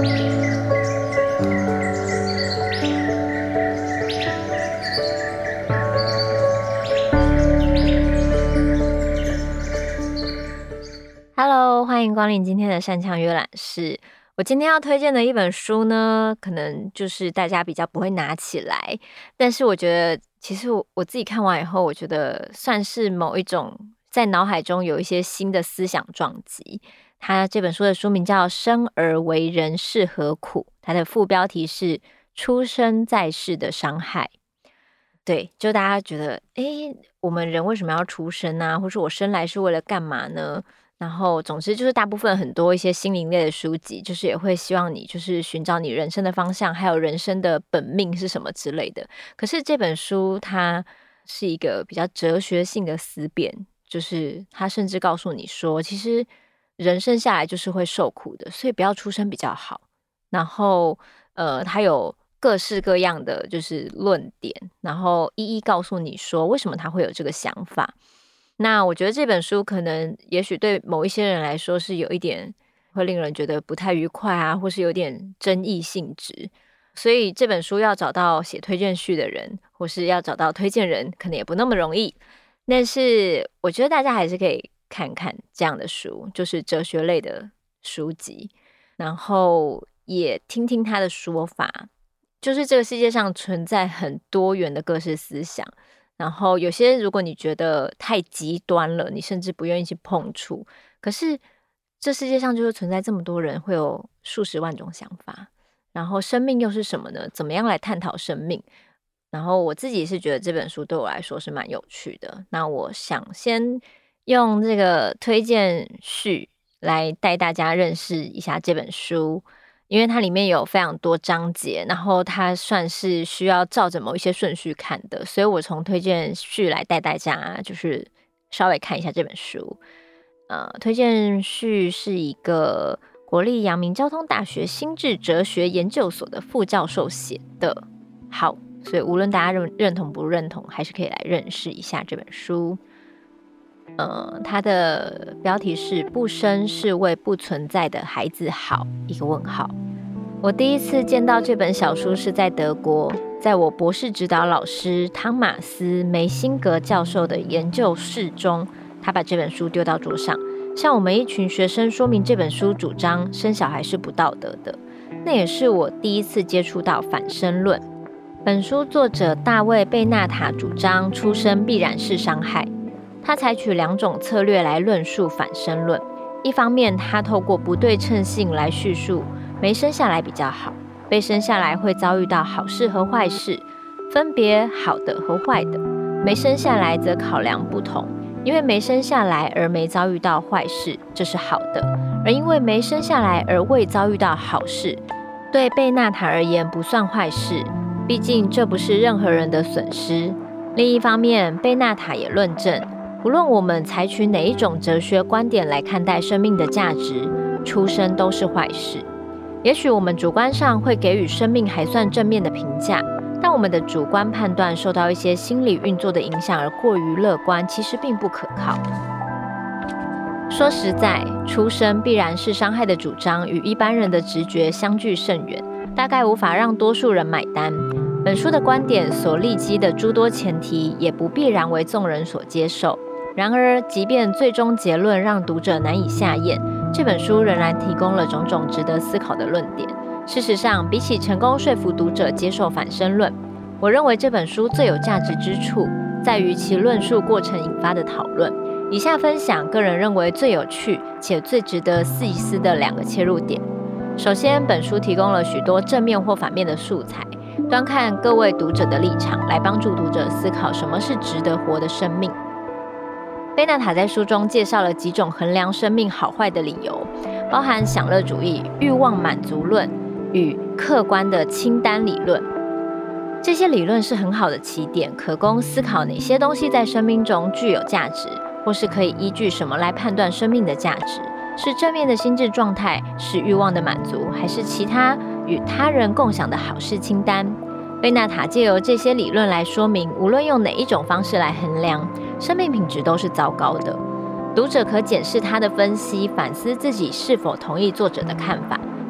Hello，欢迎光临今天的擅长阅览室。我今天要推荐的一本书呢，可能就是大家比较不会拿起来，但是我觉得其实我自己看完以后，我觉得算是某一种在脑海中有一些新的思想撞击。它这本书的书名叫《生而为人是何苦》，它的副标题是出生在世的伤害。对，就大家觉得我们人为什么要出生啊，或是我生来是为了干嘛呢？然后总之就是大部分很多一些心灵类的书籍，就是也会希望你就是寻找你人生的方向，还有人生的本命是什么之类的。可是这本书它是一个比较哲学性的思辨，就是它甚至告诉你说，其实人生下来就是会受苦的，所以不要出生比较好。然后它有各式各样的就是论点，然后一一告诉你说为什么他会有这个想法。那我觉得这本书可能也许对某一些人来说是有一点会令人觉得不太愉快啊，或是有点争议性质，所以这本书要找到写推荐序的人，或是要找到推荐人可能也不那么容易。但是我觉得大家还是可以看看这样的书，就是哲学类的书籍，然后也听听他的说法。就是这个世界上存在很多元的各式思想，然后有些如果你觉得太极端了，你甚至不愿意去碰触。可是这世界上就是存在这么多人，会有数十万种想法。然后生命又是什么呢？怎么样来探讨生命？然后我自己是觉得这本书对我来说是蛮有趣的。那我想先用这个推荐序来带大家认识一下这本书。因为它里面有非常多章节，然后它算是需要照着某一些顺序看的，所以我从推荐序来带大家就是稍微看一下这本书。推荐序是一个国立阳明交通大学心智哲学研究所的副教授写的。好，所以无论大家认同不认同，还是可以来认识一下这本书。它的标题是不生是为不存在的孩子好，一个问号。我第一次见到这本小书是在德国，在我博士指导老师汤马斯梅辛格教授的研究室中，他把这本书丢到桌上，向我们一群学生说明这本书主张生小孩是不道德的。那也是我第一次接触到反生论。本书作者大卫贝纳塔主张出生必然是伤害。他采取两种策略来论述反生论。一方面，他透过不对称性来叙述没生下来比较好，被生下来会遭遇到好事和坏事，分别好的和坏的；没生下来则考量不同，因为没生下来而没遭遇到坏事，这是好的；而因为没生下来而未遭遇到好事，对贝纳塔而言不算坏事，毕竟这不是任何人的损失。另一方面，贝纳塔也论证，无论我们采取哪一种哲学观点来看待生命的价值，出生都是坏事。也许我们主观上会给予生命还算正面的评价，但我们的主观判断受到一些心理运作的影响而过于乐观，其实并不可靠。说实在，出生必然是伤害的主张与一般人的直觉相距甚远，大概无法让多数人买单。本书的观点所立基的诸多前提，也不必然为众人所接受。然而，即便最终结论让读者难以下咽，这本书仍然提供了种种值得思考的论点。事实上，比起成功说服读者接受反生论，我认为这本书最有价值之处，在于其论述过程引发的讨论。以下分享个人认为最有趣且最值得思一思的两个切入点。首先，本书提供了许多正面或反面的素材，端看各位读者的立场，来帮助读者思考什么是值得活的生命。贝纳塔在书中介绍了几种衡量生命好坏的理由，包含享乐主义、欲望满足论与客观的清单理论。这些理论是很好的起点，可供思考哪些东西在生命中具有价值，或是可以依据什么来判断生命的价值，是正面的心智状态，是欲望的满足，还是其他与他人共享的好事清单。贝纳塔借由这些理论来说明，无论用哪一种方式来衡量，生命品质都是糟糕的。读者可检视他的分析，反思自己是否同意作者的看法，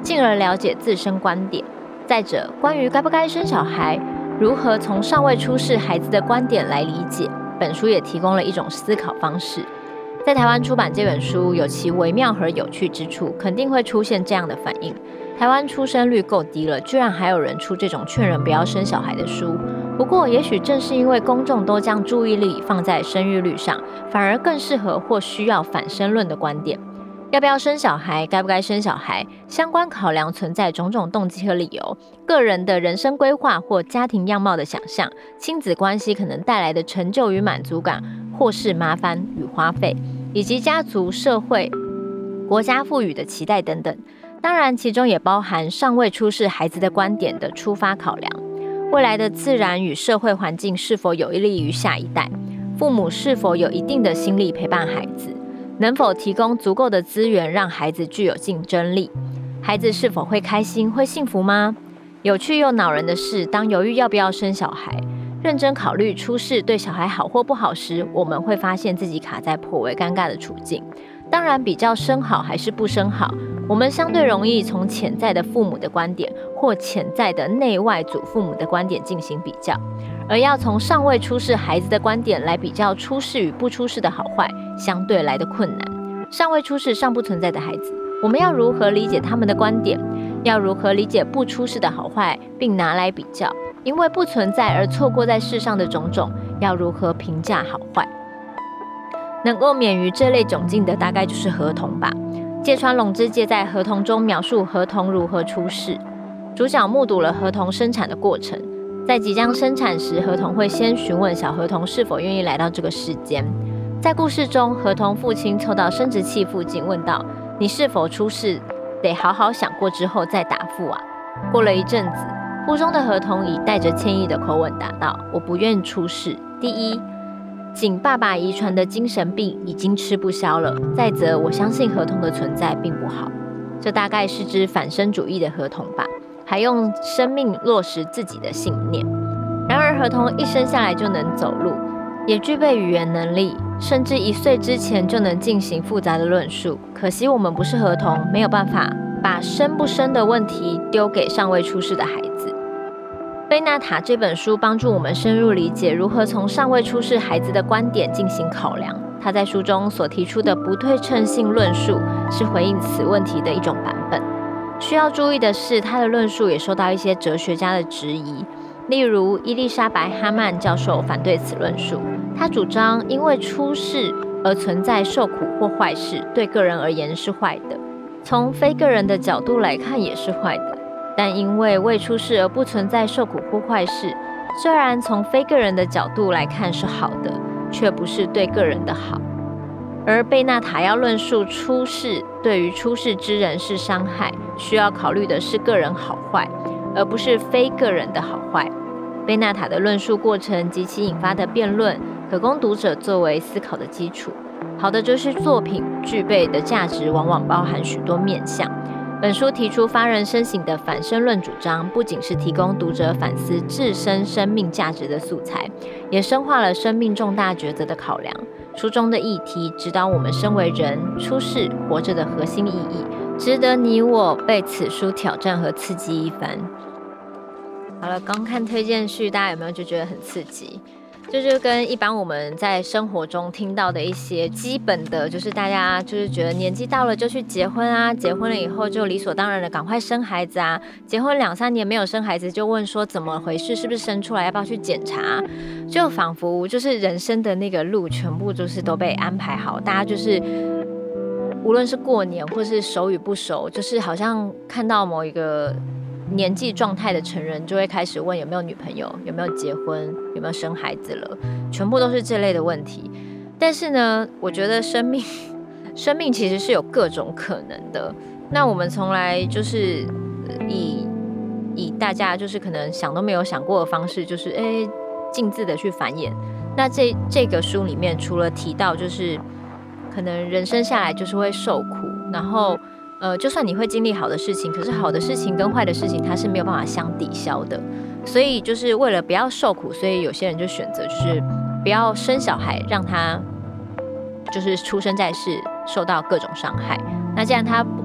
进而了解自身观点。再者，关于该不该生小孩，如何从尚未出世孩子的观点来理解，本书也提供了一种思考方式。在台湾出版这本书有其微妙和有趣之处，肯定会出现这样的反应：台湾出生率够低了，居然还有人出这种劝人不要生小孩的书。不过，也许正是因为公众都将注意力放在生育率上，反而更适合或需要反生论的观点。要不要生小孩，该不该生小孩，相关考量存在种种动机和理由，个人的人生规划或家庭样貌的想象，亲子关系可能带来的成就与满足感，或是麻烦与花费，以及家族、社会、国家赋予的期待等等。当然，其中也包含尚未出世孩子的观点的出发考量，未来的自然与社会环境是否有利于下一代，父母是否有一定的心力陪伴孩子，能否提供足够的资源让孩子具有竞争力，孩子是否会开心、会幸福吗？有趣又恼人的是，当犹豫要不要生小孩，认真考虑出世对小孩好或不好时，我们会发现自己卡在颇为尴尬的处境。当然，比较生好还是不生好，我们相对容易从潜在的父母的观点或潜在的内外祖父母的观点进行比较，而要从尚未出世孩子的观点来比较出世与不出世的好坏，相对来的困难。尚未出世、尚不存在的孩子，我们要如何理解他们的观点？要如何理解不出世的好坏，并拿来比较？因为不存在而错过在世上的种种，要如何评价好坏？能够免于这类窘境的，大概就是河童吧。芥川龙之介在《河童》中描述河童如何出世，主角目睹了河童生产的过程。在即将生产时，河童会先询问小河童是否愿意来到这个世间。在故事中，河童父亲凑到生殖器附近问道：“你是否出世？得好好想过之后再答复啊。”过了一阵子，腹中的河童以带着歉意的口吻答道：“我不愿出世。第一，仅爸爸遗传的精神病已经吃不消了；再则，我相信河童的存在并不好。”这大概是只反身主义的河童吧，还用生命落实自己的信念。然而，河童一生下来就能走路，也具备语言能力，甚至1岁之前就能进行复杂的论述。可惜我们不是河童，没有办法把生不生的问题丢给尚未出世的孩子。贝纳塔这本书帮助我们深入理解如何从尚未出世孩子的观点进行考量。他在书中所提出的不对称性论述是回应此问题的一种版本。需要注意的是，他的论述也受到一些哲学家的质疑，例如伊丽莎白·哈曼教授反对此论述。他主张，因为出世而存在受苦或坏事，对个人而言是坏的，从非个人的角度来看也是坏的。但因为未出世而不存在受苦或坏事，虽然从非个人的角度来看是好的，却不是对个人的好。而贝纳塔要论述出世对于出世之人是伤害，需要考虑的是个人好坏，而不是非个人的好坏。贝纳塔的论述过程及其引发的辩论，可供读者作为思考的基础。好的哲学作品具备的价值往往包含许多面向。本书提出发人深省的反生论主张，不仅是提供读者反思自身生命价值的素材，也深化了生命重大抉择的考量。书中的议题指导我们身为人出世活着的核心意义，值得你我被此书挑战和刺激一番。好了，刚看推荐序，大家有没有就觉得很刺激？这就跟一般我们在生活中听到的一些基本的，就是大家就是觉得年纪到了就去结婚啊，结婚了以后就理所当然的赶快生孩子啊，结婚2-3年没有生孩子就问说怎么回事，是不是生出来，要不要去检查，就仿佛就是人生的那个路全部就是都被安排好，大家就是无论是过年或是熟与不熟，就是好像看到某一个年纪状态的成人就会开始问有没有女朋友，有没有结婚，有没有生孩子了，全部都是这类的问题。但是呢，我觉得生命其实是有各种可能的。那我们从来就是以大家就是可能想都没有想过的方式，就是径自的去繁衍。那这个书里面除了提到就是可能人生下来就是会受苦，然后就算你会经历好的事情，可是好的事情跟坏的事情它是没有办法相抵消的。所以就是为了不要受苦，所以有些人就选择就是不要生小孩，让他就是出生在世受到各种伤害。那既然他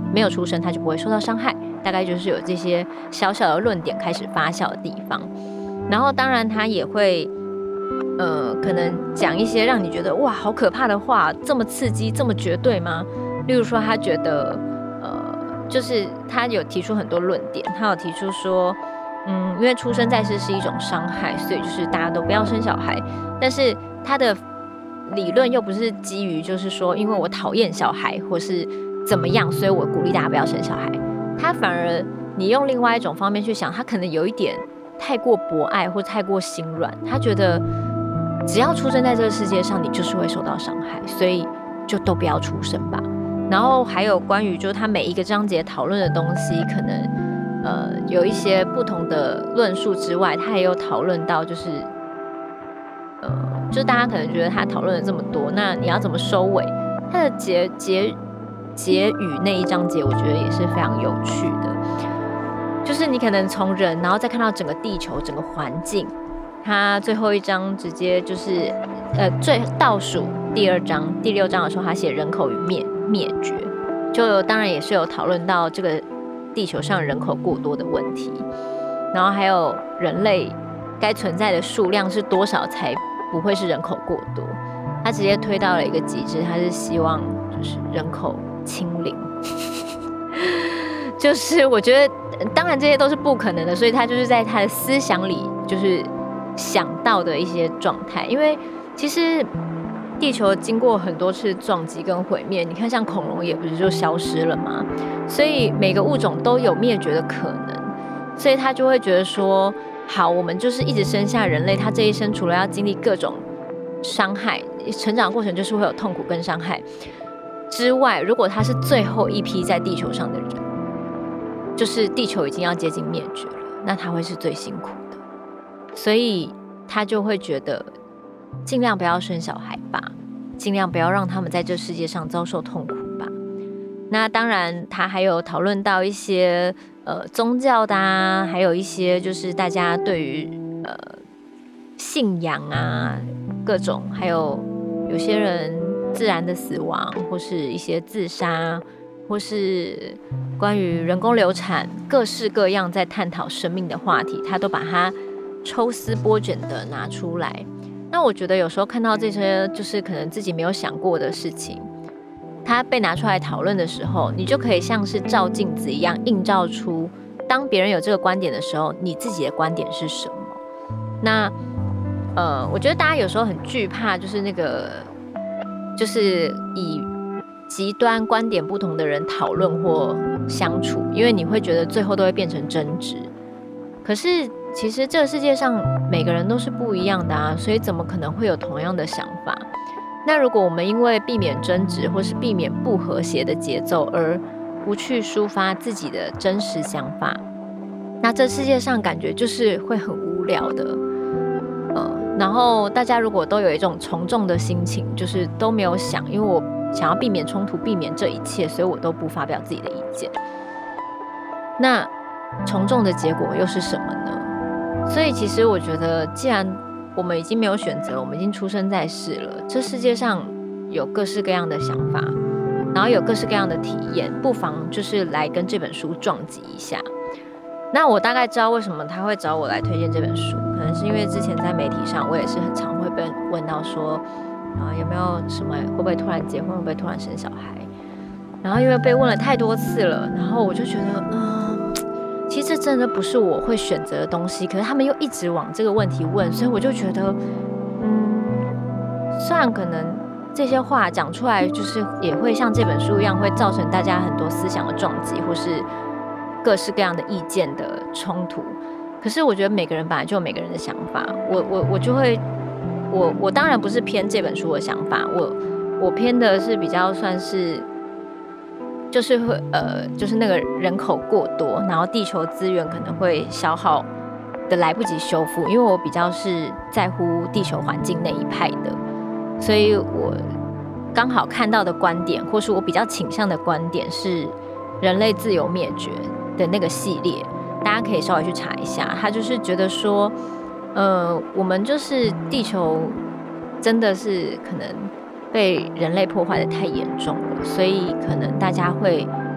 没有出生他就不会受到伤害，大概就是有这些小小的论点开始发酵的地方。然后当然他也会可能讲一些让你觉得哇好可怕的话，这么刺激这么绝对吗？例如说他觉得就是他有提出很多论点，他有提出说因为出生在世是一种伤害，所以就是大家都不要生小孩。但是他的理论又不是基于就是说因为我讨厌小孩或是怎么样，所以我鼓励大家不要生小孩。他反而你用另外一种方面去想，他可能有一点太过博爱或太过心软，他觉得只要出生在这个世界上你就是会受到伤害，所以就都不要出生吧。然后还有关于就是他每一个章节讨论的东西可能有一些不同的论述之外，他也有讨论到就是就是大家可能觉得他讨论了这么多，那你要怎么收尾？他的结语那一章节我觉得也是非常有趣的，就是你可能从人然后再看到整个地球整个环境。他最后一章直接就是最倒数第2章第6章的时候，他写人口与灭绝，就当然也是有讨论到这个地球上人口过多的问题，然后还有人类该存在的数量是多少才不会是人口过多。他直接推到了一个极致，他是希望就是人口清零就是我觉得当然这些都是不可能的，所以他就是在他的思想里就是想到的一些状态。因为其实地球经过很多次撞击跟毁灭，你看像恐龙也不是就消失了吗？所以每个物种都有灭绝的可能，所以他就会觉得说好，我们就是一直生下人类，他这一生除了要经历各种伤害，成长过程就是会有痛苦跟伤害之外，如果他是最后一批在地球上的人，就是地球已经要接近灭绝了，那他会是最辛苦的。所以他就会觉得尽量不要生小孩吧，尽量不要让他们在这世界上遭受痛苦吧。那当然他还有讨论到一些宗教的啊，还有一些就是大家对于信仰啊各种，还有些人自然的死亡，或是一些自杀，或是关于人工流产，各式各样在探讨生命的话题，他都把它抽丝剥茧的拿出来。那我觉得有时候看到这些就是可能自己没有想过的事情，它被拿出来讨论的时候，你就可以像是照镜子一样映照出当别人有这个观点的时候，你自己的观点是什么。那我觉得大家有时候很惧怕就是那个就是以极端观点不同的人讨论或相处，因为你会觉得最后都会变成争执。可是其实这个世界上每个人都是不一样的啊，所以怎么可能会有同样的想法？那如果我们因为避免争执或是避免不和谐的节奏而不去抒发自己的真实想法，那这世界上感觉就是会很无聊的。然后大家如果都有一种从众的心情，就是都没有想，因为我想要避免冲突，避免这一切，所以我都不发表自己的意见。那从众的结果又是什么呢？所以其实我觉得既然我们已经没有选择，我们已经出生在世了，这世界上有各式各样的想法，然后有各式各样的体验，不妨就是来跟这本书撞击一下。那我大概知道为什么他会找我来推荐这本书，可能是因为之前在媒体上我也是很常会被问到说有没有什么会不会突然结婚，会不会突然生小孩，然后因为被问了太多次了，然后我就觉得其实这真的不是我会选择的东西，可是他们又一直往这个问题问，所以我就觉得虽然可能这些话讲出来就是也会像这本书一样会造成大家很多思想的撞击或是各式各样的意见的冲突，可是我觉得每个人本来就有每个人的想法，我就会我当然不是偏这本书的想法，我偏的是比较算是就是会就是那个人口过多，然后地球资源可能会消耗的来不及修复，因为我比较是在乎地球环境那一派的，所以我刚好看到的观点，或是我比较倾向的观点是人类自由灭绝的那个系列，大家可以稍微去查一下。他就是觉得说我们就是地球真的是可能被人类破坏的太严重了，所以可能大家会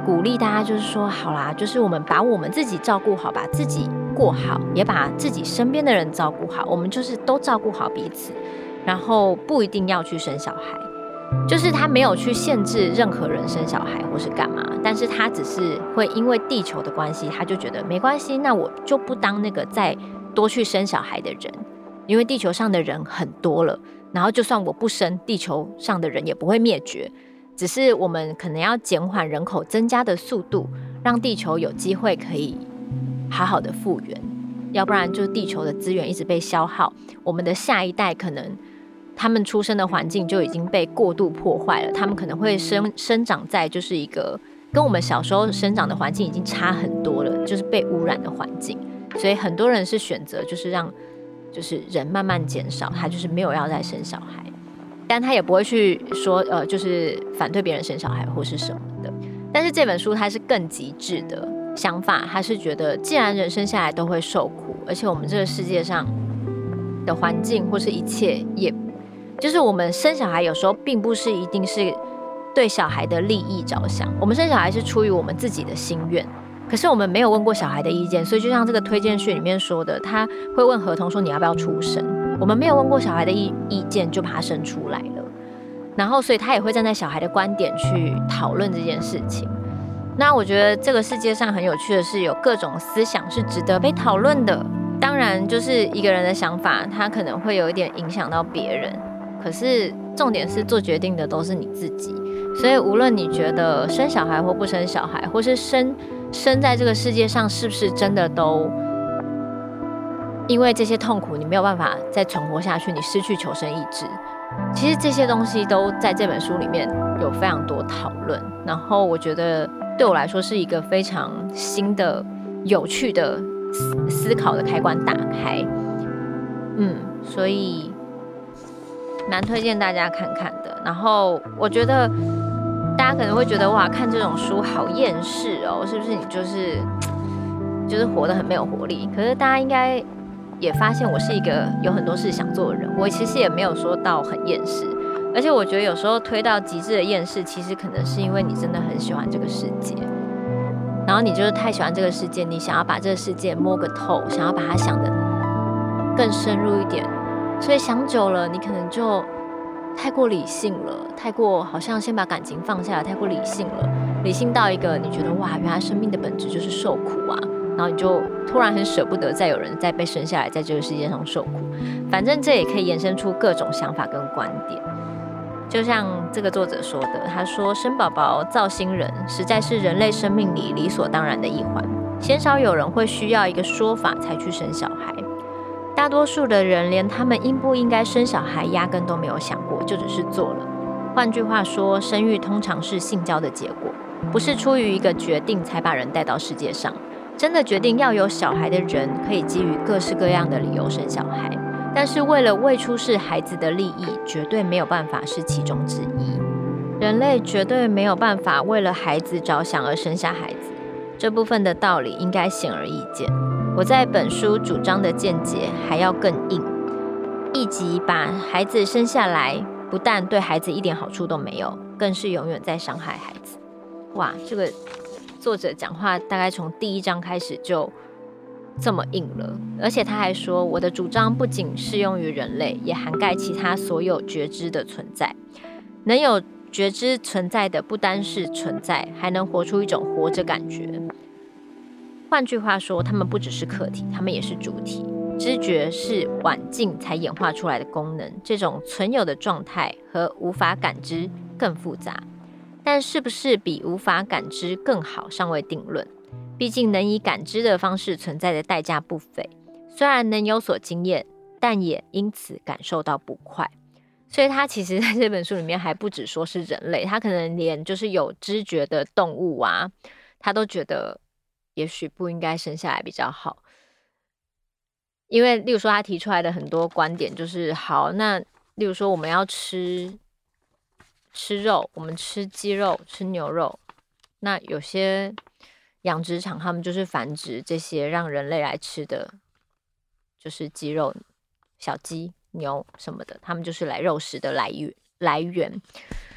鼓励大家，就是说好啦，就是我们把我们自己照顾好，把自己过好，也把自己身边的人照顾好，我们就是都照顾好彼此，然后不一定要去生小孩。就是他没有去限制任何人生小孩或是干嘛，但是他只是会因为地球的关系，他就觉得没关系，那我就不当那个再多去生小孩的人，因为地球上的人很多了，然后就算我不生，地球上的人也不会灭绝，只是我们可能要减缓人口增加的速度，让地球有机会可以好好的复原，要不然就地球的资源一直被消耗，我们的下一代可能他们出生的环境就已经被过度破坏了，他们可能会生长在就是一个跟我们小时候生长的环境已经差很多了，就是被污染的环境，所以很多人是选择就是让就是人慢慢减少，他就是没有要再生小孩，但他也不会去说就是反对别人生小孩或是什么的。但是这本书它是更极致的想法，他是觉得既然人生下来都会受苦，而且我们这个世界上的环境或是一切也就是我们生小孩有时候并不是一定是对小孩的利益着想，我们生小孩是出于我们自己的心愿，可是我们没有问过小孩的意见，所以就像这个推荐序里面说的，他会问合同说你要不要出生，我们没有问过小孩的意见就把他生出来了，然后所以他也会站在小孩的观点去讨论这件事情。那我觉得这个世界上很有趣的是有各种思想是值得被讨论的，当然就是一个人的想法他可能会有一点影响到别人，可是重点是做决定的都是你自己，所以无论你觉得生小孩或不生小孩，或是生在这个世界上是不是真的都因为这些痛苦你没有办法再存活下去，你失去求生意志，其实这些东西都在这本书里面有非常多讨论，然后我觉得对我来说是一个非常新的有趣的思考的开关打开，所以蛮推荐大家看看的。然后我觉得大家可能会觉得哇，看这种书好厌世哦，是不是你就是活得很没有活力？可是大家应该也发现我是一个有很多事想做的人，我其实也没有说到很厌世，而且我觉得有时候推到极致的厌世，其实可能是因为你真的很喜欢这个世界，然后你就是太喜欢这个世界，你想要把这个世界摸个透，想要把它想得更深入一点，所以想久了你可能就太过理性了，太过好像先把感情放下来，太过理性了，理性到一个你觉得哇，原来生命的本质就是受苦啊，然后你就突然很舍不得再有人再被生下来在这个世界上受苦。反正这也可以延伸出各种想法跟观点，就像这个作者说的，他说生宝宝造新人实在是人类生命里理所当然的一环，鲜少有人会需要一个说法才去生小孩，大多数的人连他们应不应该生小孩压根都没有想过，就只是做了。换句话说，生育通常是性交的结果，不是出于一个决定才把人带到世界上。真的决定要有小孩的人可以基于各式各样的理由生小孩，但是为了未出世孩子的利益，绝对没有办法是其中之一。人类绝对没有办法为了孩子着想而生下孩子，这部分的道理应该显而易见。我在本书主张的见解还要更硬，一即把孩子生下来，不但对孩子一点好处都没有，更是永远在伤害孩子。哇，这个作者讲话大概从第一章开始就这么硬了，而且他还说，我的主张不仅适用于人类，也涵盖其他所有觉知的存在。能有觉知存在的不单是存在，还能活出一种活着感觉。换句话说，他们不只是客体，他们也是主体。知觉是晚近才演化出来的功能，这种存有的状态和无法感知更复杂，但是不是比无法感知更好尚未定论。毕竟能以感知的方式存在的代价不菲，虽然能有所经验，但也因此感受到不快。所以他其实在这本书里面还不只说是人类，他可能连就是有知觉的动物啊，他都觉得也许不应该生下来比较好。因为例如说他提出来的很多观点就是好，那例如说我们要吃肉，我们吃鸡肉吃牛肉，那有些养殖场他们就是繁殖这些让人类来吃的，就是鸡肉、小鸡、牛什么的，他们就是来肉食的来源。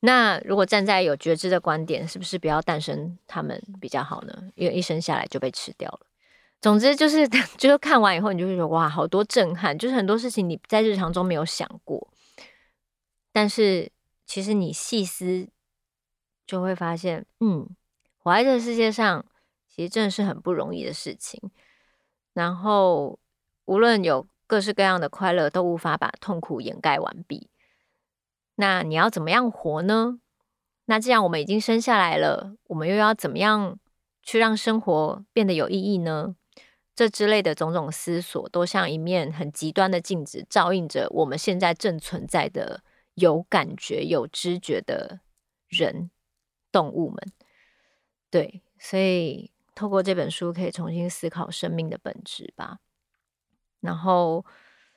那如果站在有觉知的观点，是不是不要诞生他们比较好呢？因为一生下来就被吃掉了。总之就是就是看完以后，你就会觉得哇，好多震撼，就是很多事情你在日常中没有想过，但是其实你细思就会发现，活在这个世界上，其实真的是很不容易的事情。然后无论有各式各样的快乐，都无法把痛苦掩盖完毕。那你要怎么样活呢？那既然我们已经生下来了，我们又要怎么样去让生活变得有意义呢？这之类的种种思索，都像一面很极端的镜子，照映着我们现在正存在的有感觉、有知觉的人、动物们。对，所以透过这本书，可以重新思考生命的本质吧。然后，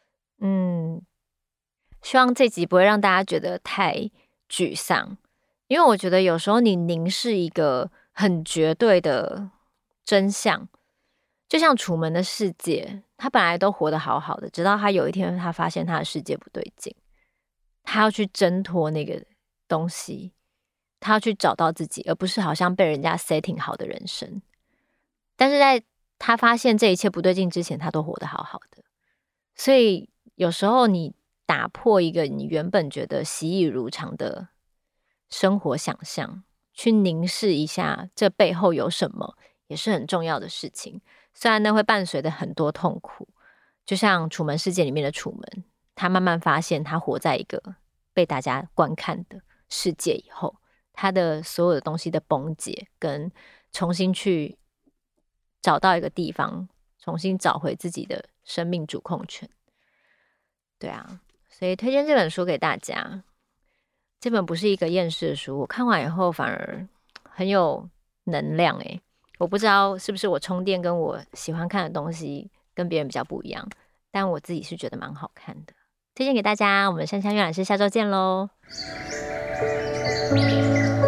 希望这集不会让大家觉得太沮丧，因为我觉得有时候你凝视一个很绝对的真相，就像楚门的世界，他本来都活得好好的，直到他有一天他发现他的世界不对劲，他要去挣脱那个东西，他要去找到自己，而不是好像被人家 setting 好的人生。但是在他发现这一切不对劲之前，他都活得好好的。所以有时候你打破一个你原本觉得习以如常的生活想象，去凝视一下这背后有什么，也是很重要的事情。虽然呢会伴随着很多痛苦，就像《楚门世界》里面的楚门，他慢慢发现他活在一个被大家观看的世界以后，他的所有的东西的崩解，跟重新去找到一个地方，重新找回自己的生命主控权。对啊，所以推荐这本书给大家。这本不是一个厌世的书，我看完以后反而很有能量欸。我不知道是不是我充电跟我喜欢看的东西跟别人比较不一样，但我自己是觉得蛮好看的，推荐给大家。我们山羌阅览室下周见咯。